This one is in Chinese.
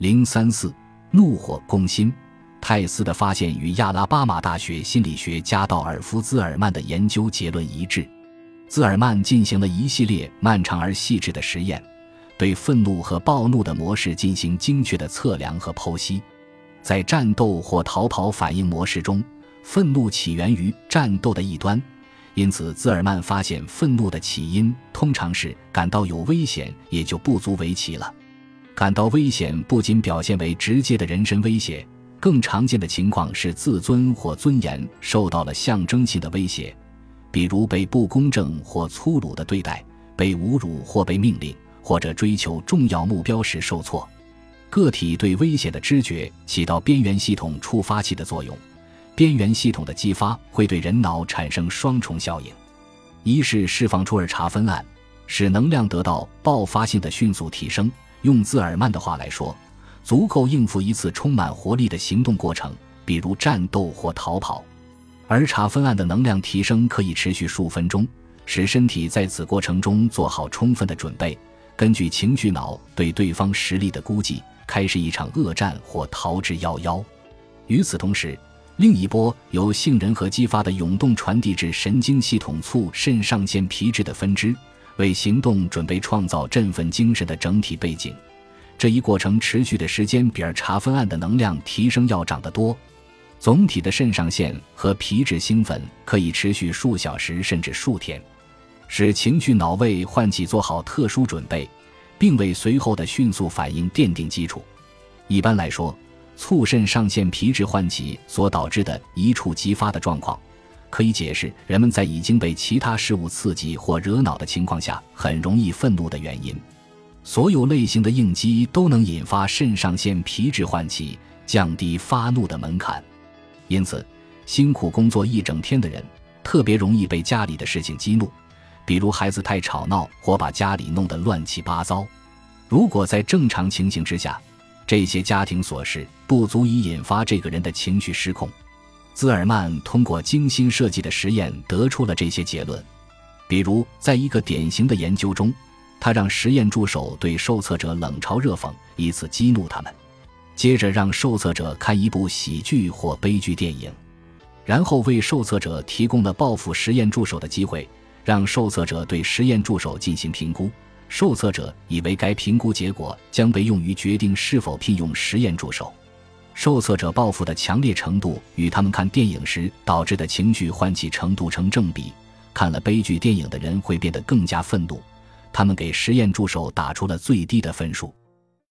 034怒火攻心。泰斯的发现与亚拉巴马大学心理学家道尔夫·兹尔曼的研究结论一致。兹尔曼进行了一系列漫长而细致的实验，对愤怒和暴怒的模式进行精确的测量和剖析。在战斗或逃跑反应模式中，愤怒起源于战斗的一端，因此兹尔曼发现愤怒的起因通常是感到有危险，也就不足为奇了。感到危险不仅表现为直接的人身威胁，更常见的情况是自尊或尊严受到了象征性的威胁，比如被不公正或粗鲁的对待，被侮辱或被命令，或者追求重要目标时受挫。个体对危险的知觉起到边缘系统触发器的作用，边缘系统的激发会对人脑产生双重效应：一是释放出儿茶酚胺，使能量得到爆发性的迅速提升，用兹尔曼的话来说，足够应付一次充满活力的行动过程，比如战斗或逃跑。而茶酚胺的能量提升可以持续数分钟，使身体在此过程中做好充分的准备，根据情绪脑对对方实力的估计，开始一场恶战或逃之夭夭。与此同时，另一波由杏仁核激发的涌动传递至神经系统促肾上腺皮质的分支，为行动准备创造振奋精神的整体背景。这一过程持续的时间比茶酚胺的能量提升要长得多。总体的肾上腺和皮质兴奋可以持续数小时甚至数天，使情绪脑为唤起做好特殊准备，并为随后的迅速反应奠定基础。一般来说，促肾上腺皮质唤起所导致的一触即发的状况，可以解释人们在已经被其他事物刺激或惹恼的情况下很容易愤怒的原因。所有类型的应激都能引发肾上腺皮质唤起，降低发怒的门槛。因此，辛苦工作一整天的人特别容易被家里的事情激怒，比如孩子太吵闹或把家里弄得乱七八糟。如果在正常情形之下，这些家庭琐事不足以引发这个人的情绪失控。兹尔曼通过精心设计的实验得出了这些结论。比如，在一个典型的研究中，他让实验助手对受测者冷嘲热讽，以此激怒他们。接着让受测者看一部喜剧或悲剧电影，然后为受测者提供了报复实验助手的机会，让受测者对实验助手进行评估。受测者以为该评估结果将被用于决定是否聘用实验助手。受测者报复的强烈程度与他们看电影时导致的情绪唤起程度成正比，看了悲剧电影的人会变得更加愤怒。他们给实验助手打出了最低的分数。